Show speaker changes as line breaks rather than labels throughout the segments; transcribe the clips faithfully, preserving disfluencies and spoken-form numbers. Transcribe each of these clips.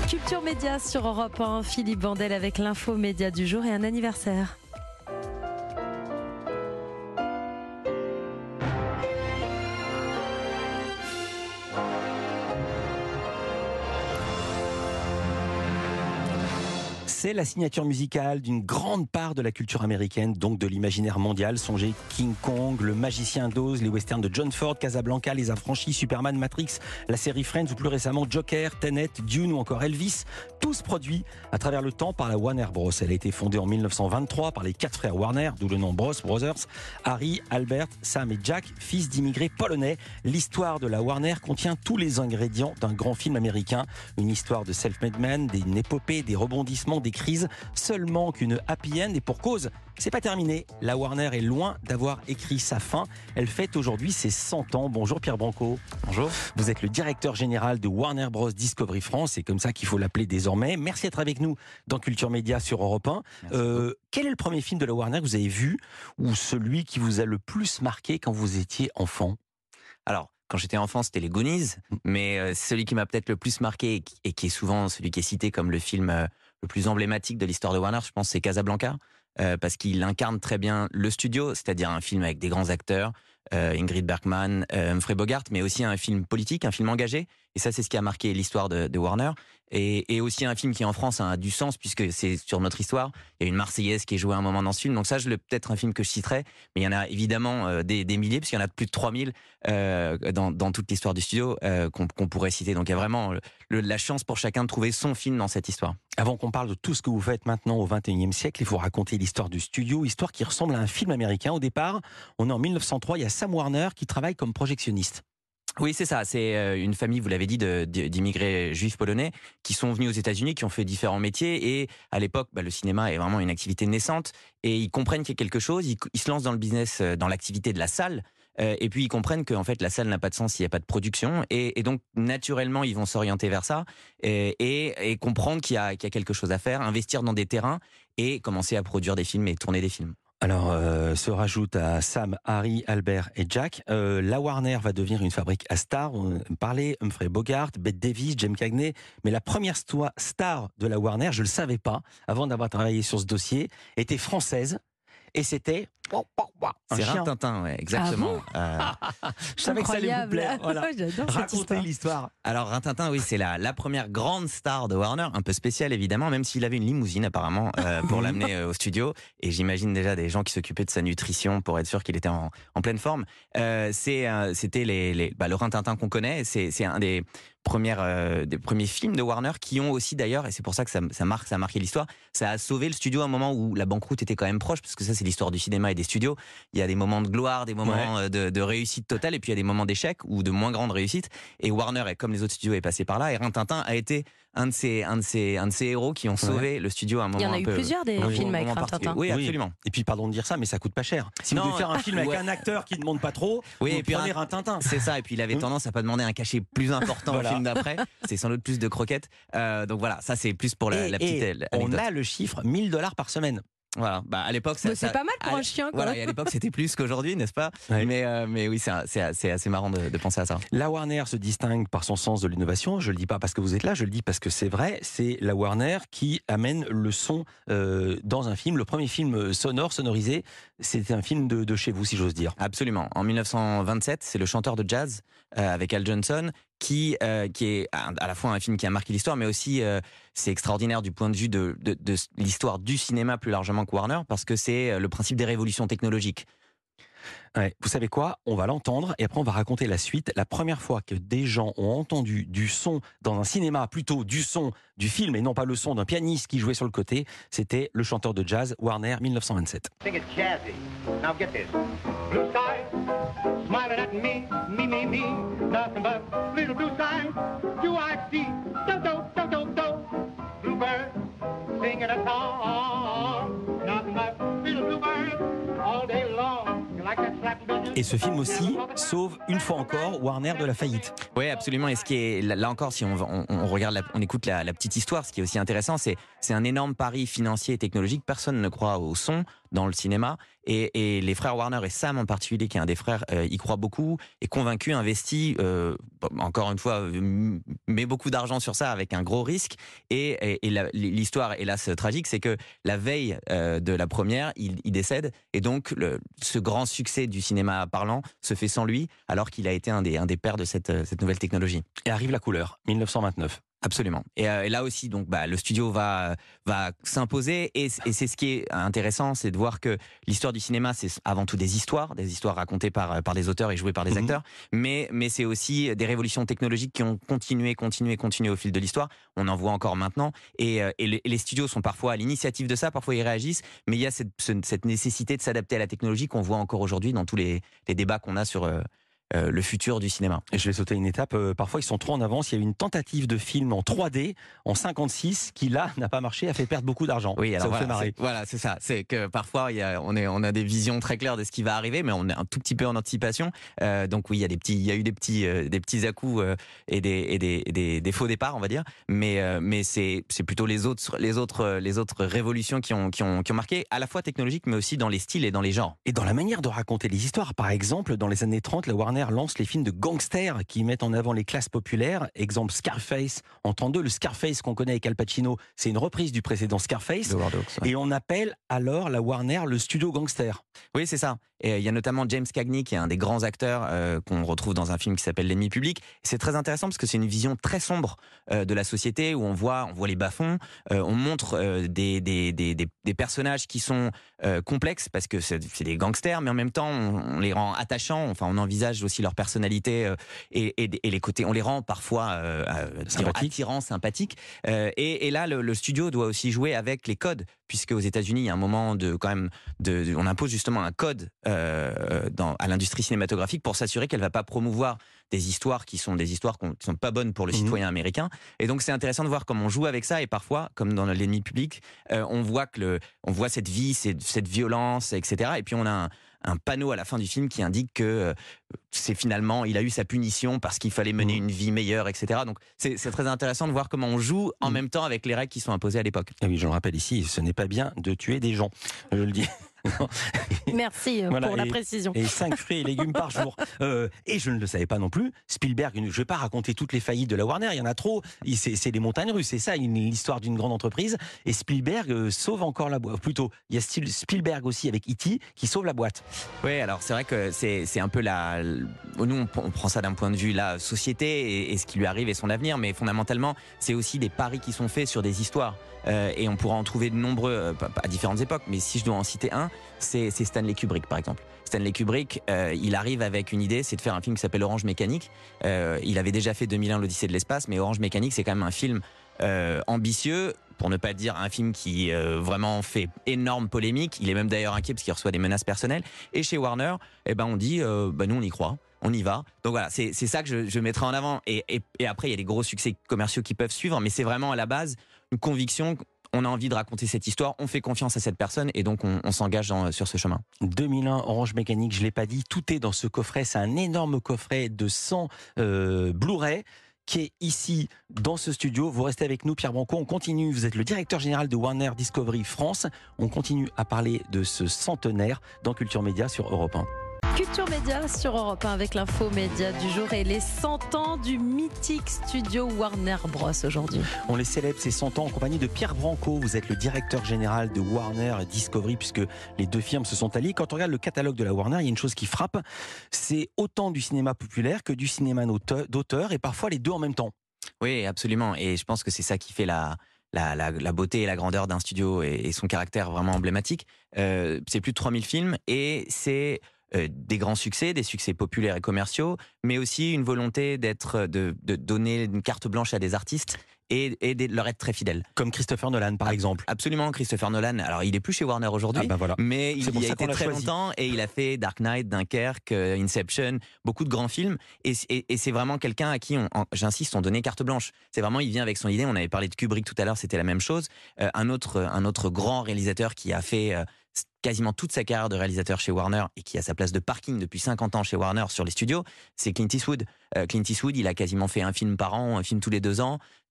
Culture Média sur Europe un, Philippe Vandel avec l'info média du jour et un anniversaire.
C'est la signature musicale d'une grande part de la culture américaine, donc de l'imaginaire mondial. Songez King Kong, Le Magicien d'Oz, les westerns de John Ford, Casablanca, Les Affranchis, Superman, Matrix, la série Friends ou plus récemment Joker, Tenet, Dune ou encore Elvis. Tous produits à travers le temps par la Warner Bros. Elle a été fondée en mille neuf cent vingt-trois par les quatre frères Warner, d'où le nom Bros Brothers. Harry, Albert, Sam et Jack, fils d'immigrés polonais. L'histoire de la Warner contient tous les ingrédients d'un grand film américain. Une histoire de self-made man, d'une épopée, des rebondissements, des crises, seulement qu'une happy end, et pour cause, c'est pas terminé. La Warner est loin d'avoir écrit sa fin. Elle fête aujourd'hui ses cent ans. Bonjour Pierre Branco.
Bonjour.
Vous êtes le directeur général de Warner Bros Discovery France, c'est comme ça qu'il faut l'appeler désormais. Merci d'être avec nous dans Culture Média sur Europe un. Euh, quel est le premier film de la Warner que vous avez vu, ou celui qui vous a le plus marqué quand vous étiez enfant?
Alors, quand j'étais enfant, c'était les Goonies, mais euh, celui qui m'a peut-être le plus marqué et qui, et qui est souvent celui qui est cité comme le film euh, le plus emblématique de l'histoire de Warner, je pense, c'est Casablanca, euh, parce qu'il incarne très bien le studio, c'est-à-dire un film avec des grands acteurs, euh, Ingrid Bergman, euh, Humphrey Bogart, mais aussi un film politique, un film engagé, et ça c'est ce qui a marqué l'histoire de, de Warner, et, et aussi un film qui en France a du sens, puisque c'est sur notre histoire. Il y a une Marseillaise qui est jouée à un moment dans ce film, donc ça, je le peut-être un film que je citerai, mais il y en a évidemment euh, des, des milliers, puisqu'il y en a plus de trois mille euh, dans, dans toute l'histoire du studio euh, qu'on, qu'on pourrait citer. Donc il y a vraiment le, la chance pour chacun de trouver son film dans cette histoire.
Avant qu'on parle de tout ce que vous faites maintenant au vingt et unième siècle, il faut raconter l'histoire du studio, histoire qui ressemble à un film américain. Au départ, on est en mille neuf cent trois, il y a Sam Warner qui travaille comme projectionniste.
Oui, c'est ça. C'est une famille, vous l'avez dit, de, d'immigrés juifs polonais qui sont venus aux États-Unis, qui ont fait différents métiers. Et à l'époque, bah, le cinéma est vraiment une activité naissante. Et ils comprennent qu'il y a quelque chose. Ils, ils se lancent dans le business, dans l'activité de la salle. Euh, et puis ils comprennent que en fait la salle n'a pas de sens s'il n'y a pas de production. Et, et donc naturellement, ils vont s'orienter vers ça et, et, et comprendre qu'il y a, qu'il y a quelque chose à faire, investir dans des terrains et commencer à produire des films et tourner des films.
Alors, euh, se rajoute à Sam, Harry, Albert et Jack. Euh, la Warner va devenir une fabrique à stars. On parlait Humphrey Bogart, Bette Davis, James Cagney. Mais la première sto- star de la Warner, je le savais pas, avant d'avoir travaillé sur ce dossier, était française. Et c'était
c'est Rintintin, ouais, exactement.
Ah bon
euh,
je savais que ça allait vous plaire. Voilà. Racontez l'histoire.
Alors Rintintin, oui, c'est la, la première grande star de Warner, un peu spéciale évidemment, même s'il avait une limousine apparemment euh, pour l'amener euh, au studio. Et j'imagine déjà des gens qui s'occupaient de sa nutrition pour être sûr qu'il était en, en pleine forme. Euh, c'est, euh, c'était les, les, bah, le Rintintin qu'on connaît. C'est, c'est un des premières, euh, des premiers films de Warner qui ont aussi d'ailleurs, et c'est pour ça que ça, ça marque, ça a marqué l'histoire, ça a sauvé le studio à un moment où la banqueroute était quand même proche, parce que ça c'est l'histoire du cinéma et des studios. Il y a des moments de gloire, des moments ouais. de, de réussite totale, et puis il y a des moments d'échec ou de moins grande réussite. Et Warner, comme les autres studios, est passé par là. Et Rintintin a été un de ces, un de ces, un de ces héros qui ont sauvé ouais. le studio à un moment.
Il y en a
un
eu
peu,
plusieurs des films avec Rintintin.
Oui, absolument.
Oui. Et puis pardon de dire ça, mais ça coûte pas cher. Si non, vous devez faire un film avec ouais. un acteur qui ne demande pas trop, oui, vous et puis prenez Rintintin.
C'est ça. Et puis il avait tendance à pas demander un cachet plus important voilà. au film d'après. C'est sans doute plus de croquettes. Euh, donc voilà, ça c'est plus pour la,
et,
la petite.
Et on a le chiffre mille dollars par semaine.
Voilà, bah à l'époque ça,
c'est ça, pas mal pour à, un chien quoi.
Voilà, et à l'époque c'était plus qu'aujourd'hui, n'est-ce pas? Ouais. Mais euh, mais oui, c'est c'est c'est assez marrant de, de penser à ça.
La Warner se distingue par son sens de l'innovation. Je le dis pas parce que vous êtes là, je le dis parce que c'est vrai. C'est la Warner qui amène le son euh, dans un film. Le premier film sonore, sonorisé, c'était un film de, de chez vous, si j'ose dire.
Absolument. En mille neuf cent vingt-sept, c'est Le Chanteur de Jazz euh, avec Al Johnson. Qui, euh, qui est à la fois un film qui a marqué l'histoire, mais aussi euh, c'est extraordinaire du point de vue de, de, de l'histoire du cinéma plus largement que Warner, parce que c'est le principe des révolutions technologiques.
Ouais, vous savez quoi? On va l'entendre et après on va raconter la suite. La première fois que des gens ont entendu du son dans un cinéma, plutôt du son du film et non pas le son d'un pianiste qui jouait sur le côté, c'était Le Chanteur de Jazz, Warner, mille neuf cent vingt-sept.
Smiling at me, me, me, me, nothing but little blue signs. Do I see? Do, do, do, do, do. Bluebird singing a song. Nothing but little bluebird all day long. You like that slap business?
Et ce film aussi sauve une fois encore Warner de la faillite.
Oui, absolument. Et ce qui est là encore, si on, on, on regarde, la, on écoute la, la petite histoire, ce qui est aussi intéressant, c'est c'est un énorme pari financier et technologique. Personne ne croit au son. dans le cinéma. Et, et les frères Warner et Sam en particulier, qui est un des frères, euh, y croient beaucoup, est convaincu, investi, euh, encore une fois, euh, met beaucoup d'argent sur ça avec un gros risque. Et, et, et la, l'histoire, hélas tragique, c'est que la veille euh, de la première, il, il décède. Et donc, le, ce grand succès du cinéma parlant se fait sans lui, alors qu'il a été un des, un des pères de cette, cette nouvelle technologie.
Et arrive la couleur, mille neuf cent vingt-neuf.
Absolument. Et, euh, et là aussi, donc, bah, le studio va va s'imposer. Et, et c'est ce qui est intéressant, c'est de voir que l'histoire du cinéma, c'est avant tout des histoires, des histoires racontées par par des auteurs et jouées par des mmh. acteurs. Mais mais c'est aussi des révolutions technologiques qui ont continué, continué, continué au fil de l'histoire. On en voit encore maintenant. Et, et, les, et les studios sont parfois à l'initiative de ça, parfois ils réagissent. Mais il y a cette cette nécessité de s'adapter à la technologie qu'on voit encore aujourd'hui dans tous les les débats qu'on a sur euh, Euh, le futur du cinéma.
Et je vais sauter une étape. Euh, parfois, ils sont trop en avance. Il y a eu une tentative de film en trois D en cinquante-six qui, là, n'a pas marché, a fait perdre beaucoup d'argent.
Oui, alors
ça vous
voilà,
fait marrer.
C'est, voilà, c'est ça. C'est que parfois, il y a, on, est, on a des visions très claires de ce qui va arriver, mais on est un tout petit peu en anticipation. Euh, donc oui, il y a des petits, il y a eu des petits, euh, des petits à-coups euh, et, des, et, des, et des, des faux départs, on va dire. Mais, euh, mais c'est, c'est plutôt les autres, les autres, les autres révolutions qui ont, qui ont, qui ont marqué, à la fois technologiques, mais aussi dans les styles et dans les genres.
Et dans la manière de raconter les histoires. Par exemple, dans les années trente, la Warner lance les films de gangsters qui mettent en avant les classes populaires. Exemple Scarface en trente-deux. Le Scarface qu'on connaît avec Al Pacino, c'est une reprise du précédent Scarface.
Dogs, ouais.
Et on appelle alors la Warner le studio gangster.
Oui, c'est ça. Et il y a notamment James Cagney, qui est un des grands acteurs euh, qu'on retrouve dans un film qui s'appelle L'ennemi public. C'est très intéressant parce que c'est une vision très sombre euh, de la société où on voit, on voit les bas-fonds, euh, on montre euh, des, des, des, des, des personnages qui sont euh, complexes parce que c'est, c'est des gangsters, mais en même temps on, on les rend attachants. Enfin, on envisage aussi leur personnalité euh, et, et, et les côtés. On les rend parfois euh, sympathiques, attirants, sympathiques. Euh, et, et là, le, le studio doit aussi jouer avec les codes, puisque aux États-Unis, il y a un moment de quand même, de, de, on impose justement un code euh, dans, à l'industrie cinématographique pour s'assurer qu'elle va pas promouvoir des histoires qui sont des histoires qui sont pas bonnes pour le mmh. citoyen américain. Et donc c'est intéressant de voir comment on joue avec ça. Et parfois, comme dans L'ennemi public, euh, on voit que le, on voit cette vie, cette, cette violence, et cetera. Et puis on a un, un panneau à la fin du film qui indique que euh, c'est finalement, il a eu sa punition parce qu'il fallait mener mmh. une vie meilleure, et cetera. Donc c'est, c'est très intéressant de voir comment on joue en mmh. même temps avec les règles qui sont imposées à l'époque.
Et oui, je le rappelle ici, ce n'est pas bien de tuer des gens. Je le dis.
Merci voilà, pour la
et,
précision.
Et cinq fruits et légumes par jour. Euh, et je ne le savais pas non plus. Spielberg, je ne vais pas raconter toutes les faillites de la Warner, il y en a trop. C'est, c'est les montagnes russes, c'est ça, une, l'histoire d'une grande entreprise. Et Spielberg euh, sauve encore la boîte. Plutôt, il y a Spielberg aussi avec E T qui sauve la boîte.
Oui, alors c'est vrai que c'est, c'est un peu la. Nous, on, on prend ça d'un point de vue la société et, et ce qui lui arrive et son avenir, mais fondamentalement, c'est aussi des paris qui sont faits sur des histoires. Euh, et on pourra en trouver de nombreux euh, à différentes époques, mais si je dois en citer un, c'est, c'est Stanley Kubrick par exemple. Stanley Kubrick, euh, il arrive avec une idée, c'est de faire un film qui s'appelle Orange Mécanique. Euh, il avait déjà fait deux mille un l'Odyssée de l'espace, mais Orange Mécanique, c'est quand même un film euh, ambitieux, pour ne pas dire un film qui euh, vraiment fait énorme polémique. Il est même d'ailleurs inquiet parce qu'il reçoit des menaces personnelles. Et chez Warner, eh ben on dit, euh, bah nous on y croit. On y va. Donc voilà, c'est, c'est ça que je, je mettrai en avant. Et, et, et après, il y a des gros succès commerciaux qui peuvent suivre, mais c'est vraiment à la base une conviction. On a envie de raconter cette histoire, on fait confiance à cette personne et donc on, on s'engage dans, sur ce chemin.
deux mille un, Orange Mécanique, je ne l'ai pas dit, tout est dans ce coffret. C'est un énorme coffret de cent euh, Blu-ray qui est ici dans ce studio. Vous restez avec nous, Pierre Branco. On continue. Vous êtes le directeur général de Warner Discovery France. On continue à parler de ce centenaire dans Culture Média sur Europe un.
Culture Média sur Europe un avec l'info média du jour et les cent ans du mythique studio Warner Bros aujourd'hui.
On les célèbre ces cent ans en compagnie de Pierre Branco. Vous êtes le directeur général de Warner Discovery puisque les deux firmes se sont alliées. Quand on regarde le catalogue de la Warner, il y a une chose qui frappe, c'est autant du cinéma populaire que du cinéma d'auteur et parfois les deux en même temps.
Oui, absolument. Et je pense que c'est ça qui fait la... La, la, la beauté et la grandeur d'un studio et, et son caractère vraiment emblématique. Euh, c'est plus de trois mille films et c'est euh, des grands succès, des succès populaires et commerciaux, mais aussi une volonté d'être, de, de donner une carte blanche à des artistes et, et de leur être très fidèles.
Comme Christopher Nolan, par exemple.
Absolument, Christopher Nolan. Alors, il est plus chez Warner aujourd'hui, ah ben voilà. mais il y a été très choisi. longtemps et il a fait Dark Knight, Dunkerque, Inception, beaucoup de grands films. Et, et, et c'est vraiment quelqu'un à qui, on, en, j'insiste, on donnait carte blanche. C'est vraiment, il vient avec son idée. On avait parlé de Kubrick tout à l'heure, c'était la même chose. Euh, un autre, un autre grand réalisateur qui a fait euh, quasiment toute sa carrière de réalisateur chez Warner et qui a sa place de parking depuis cinquante ans chez Warner sur les studios, c'est Clint Eastwood. Euh, Clint Eastwood, il a quasiment fait un film par an, un film tous les deux ans.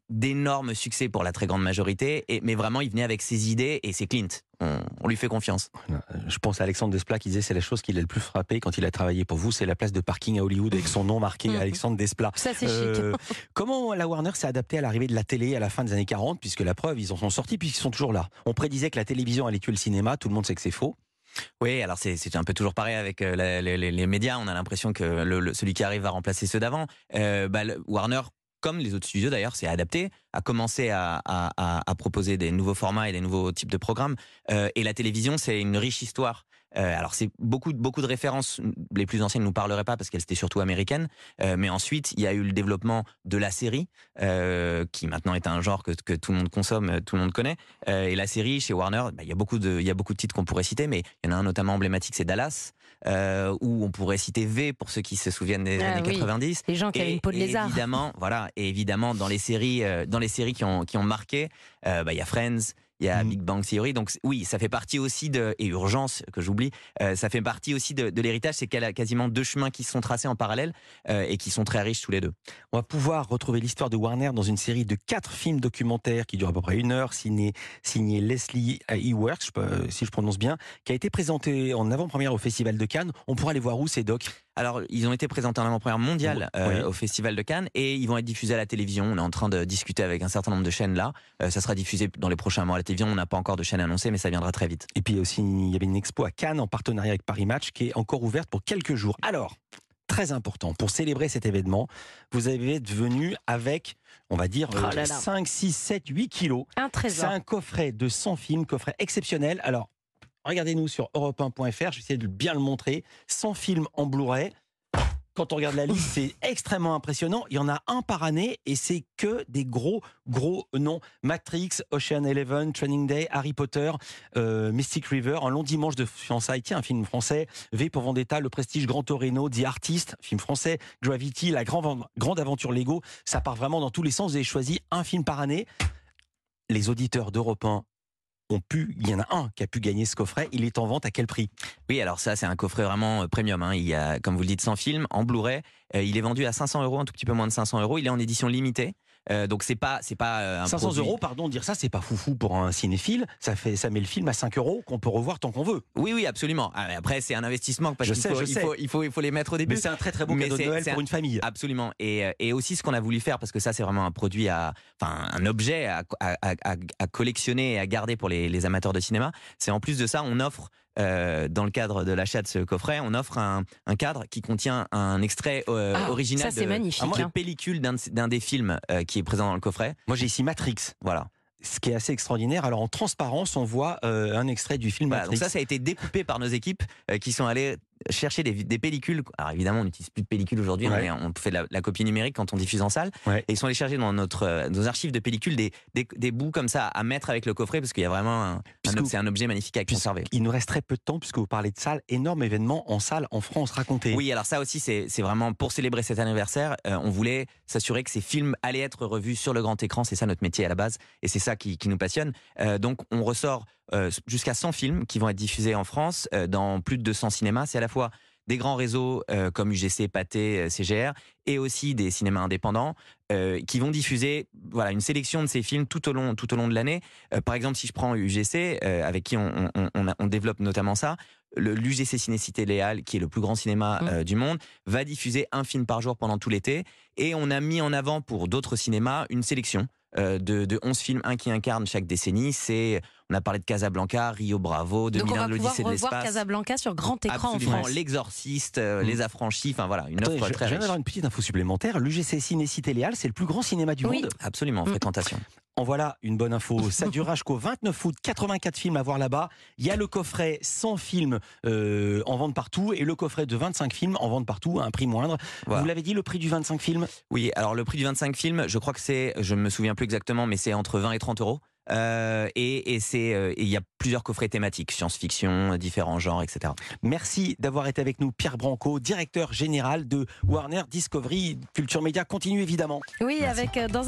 d'énormes succès pour la très grande majorité, et, mais vraiment il venait avec ses idées et c'est Clint. On, on lui fait confiance.
Je pense à Alexandre Desplat qui disait c'est la chose qui l'a le plus frappé quand il a travaillé pour vous, c'est la place de parking à Hollywood avec son nom marqué
Mmh.
Alexandre Desplat.
Ça, c'est
Euh,
chic.
comment la Warner s'est adaptée à l'arrivée de la télé à la fin des années quarante, puisque la preuve, ils en sont sortis puisqu'ils sont toujours là. On prédisait que la télévision allait tuer le cinéma, tout le monde sait que c'est faux.
Oui, alors c'est, c'est un peu toujours pareil avec euh, la- les, les- les médias. On a l'impression que le, le- celui qui arrive va remplacer ceux d'avant. Euh, bah, le- Warner, comme les autres studios d'ailleurs, s'est adapté, a commencé à, à- à- à proposer des nouveaux formats et des nouveaux types de programmes. Euh, et la télévision, c'est une riche histoire. Euh, alors c'est beaucoup, beaucoup de références. Les plus anciennes ne nous parleraient pas parce qu'elles étaient surtout américaines. Euh, mais ensuite, il y a eu le développement de la série, euh, qui maintenant est un genre que, que tout le monde consomme, tout le monde connaît. Euh, et la série chez Warner, bah, il y a beaucoup de, il y a beaucoup de titres qu'on pourrait citer, mais il y en a un notamment emblématique, c'est Dallas, euh, où on pourrait citer V pour ceux qui se souviennent des
Ah
années
oui.
quatre-vingt-dix.
Les gens qui avaient
Et,
une peau de
et
lézard.
évidemment, voilà, et évidemment dans les séries, euh, dans les séries qui ont qui ont marqué, euh, bah, il y a Friends, il y a
Mhm.
Big Bang Theory. Donc c- oui, ça fait partie aussi de et Urgence que j'oublie. euh, ça fait partie aussi de, de l'héritage. C'est qu'elle a quasiment deux chemins qui se sont tracés en parallèle euh, et qui sont très riches tous les deux.
On va pouvoir retrouver l'histoire de Warner dans une série de quatre films documentaires qui durent à peu près une heure, signé, signé Leslie Ewerks, je peux- si je prononce bien, qui a été présenté en avant-première au Festival de Cannes. On pourra les voir où ces docs?
Alors, ils ont été présentés en avant-première mondiale
Oui.
euh, au Festival de Cannes et ils vont être diffusés à la télévision. On est en train de discuter avec un certain nombre de chaînes là. Euh, ça sera diffusé dans les prochains mois à la télévision. On n'a pas encore de chaîne annoncée, mais ça viendra très vite.
Et puis aussi, il y avait une expo à Cannes en partenariat avec Paris Match qui est encore ouverte pour quelques jours. Alors, très important, pour célébrer cet événement, vous avez venu avec, on va dire,
Oh là là.
cinq, six, sept, huit kilos.
Un
C'est
trésor.
un coffret de cent films, coffret exceptionnel. Alors, regardez-nous sur europe un point f r, je vais essayer de bien le montrer. cent films en Blu-ray. Quand on regarde la liste, c'est extrêmement impressionnant. Il y en a un par année et c'est que des gros, gros noms. Matrix, Ocean Eleven, Training Day, Harry Potter, euh, Mystic River, Un long dimanche de fiançailles, tiens, un film français, V pour Vendetta, Le Prestige, Grand Torino, The Artist, film français, Gravity, La grande, grande aventure Lego. Ça part vraiment dans tous les sens. Vous avez choisi un film par année. Les auditeurs d'Europe un ont pu, il y en a un qui a pu gagner ce coffret. Il est en vente à quel prix?
Oui, alors ça, c'est un coffret vraiment euh, premium. Hein. Il y a, comme vous le dites, cent films en Blu-ray. Euh, il est vendu à cinq cents euros, un tout petit peu moins de cinq cents euros. Il est en édition limitée. Euh, donc c'est pas, c'est pas euh, un
cinq cents
produit-
euros, pardon, dire ça, c'est pas foufou pour un cinéphile. Ça fait, ça met le film à cinq euros qu'on peut revoir tant qu'on veut.
Oui, oui, absolument. Ah, mais après, c'est un investissement parce
Je
qu'il
sais,
faut,
je
il
sais.
faut, il faut, il faut les mettre au début.
Mais c'est un très très beau
Mais
cadeau de
c'est-
Noël
c'est
pour
un-
une famille.
Absolument. Et, euh, et aussi ce qu'on a voulu faire, parce que ça c'est vraiment un produit à, enfin un objet à, à, à, à collectionner et à garder pour les, les amateurs de cinéma, c'est en plus de ça, on offre, euh, dans le cadre de l'achat de ce coffret, on offre un, un cadre qui contient un extrait euh,
Ah,
original
ça, c'est
de,
magnifique,
de
hein.
pellicule d'un, de- d'un des films euh, qui est présent dans le coffret.
Moi j'ai ici Matrix.
Voilà.
Ce qui est assez extraordinaire. Alors en transparence, on voit euh, un extrait du film
Voilà,
Matrix.
donc ça, ça a été découpé par nos équipes euh, qui sont allées chercher des, des pellicules. Alors évidemment, on n'utilise plus de pellicules aujourd'hui,
Ouais.
on, est- on fait la, la copie numérique quand on diffuse en salle.
Ouais.
Et ils sont allés chercher dans notre, euh, nos archives de pellicules des, des, des bouts comme ça à mettre avec le coffret parce qu'il y a vraiment un,
Puisque
un,
vous-
c'est un objet magnifique à conserver.
Il nous reste très peu de temps puisque vous parlez de salle. Énorme événement en salle en France, racontez.
Oui, alors ça aussi, c'est c'est vraiment pour célébrer cet anniversaire. euh, on voulait s'assurer que ces films allaient être revus sur le grand écran. C'est ça notre métier à la base et c'est ça qui, qui nous passionne. Euh, donc on ressort euh, jusqu'à cent films qui vont être diffusés en France euh, dans plus de deux cents cinémas. C'est à la fois des grands réseaux euh, comme U G C, Pathé, euh, C G R et aussi des cinémas indépendants euh, qui vont diffuser voilà une sélection de ces films tout au long tout au long de l'année. Euh, par exemple, si je prends U G C euh, avec qui on, on, on, a- on développe notamment ça, le l'U G C Ciné-Cité Léal, qui est le plus grand cinéma
Mmh.
euh, du monde, va diffuser un film par jour pendant tout l'été. Et on a mis en avant pour d'autres cinémas une sélection euh, de, de onze films, un qui incarne chaque décennie. C'est, on a parlé de Casablanca, Rio Bravo,
Donc on
deux mille un,
va pouvoir
l'Odyssée de
revoir
l'espace.
Casablanca sur grand écran en
Absolument,
France.
L'Exorciste, euh,
Mm.
Les Affranchis, enfin voilà, une
Attendez,
offre
je,
très
je viens
riche.
d'avoir une petite info supplémentaire. L'U G C Ciné-Cité Léal, c'est le plus grand cinéma du
Oui.
monde.
Absolument, en
Mm.
fréquentation.
En voilà une bonne info. Ça durera jusqu'au vingt-neuf août. quatre-vingt-quatre films à voir là-bas. Il y a le coffret cent films euh, en vente partout et le coffret de vingt-cinq films en vente partout à un prix moindre.
Voilà.
Vous l'avez dit, le prix du vingt-cinq films?
Oui, alors le prix du vingt-cinq films, je crois que c'est, je ne me souviens plus exactement, mais c'est entre vingt et trente euros. Euh, et et c'est, euh, et il y a plusieurs coffrets thématiques, science-fiction, différents genres, et cetera.
Merci d'avoir été avec nous, Pierre Branco, directeur général de Warner Discovery. Culture Média continue évidemment.
Oui,
Merci.
avec euh, dans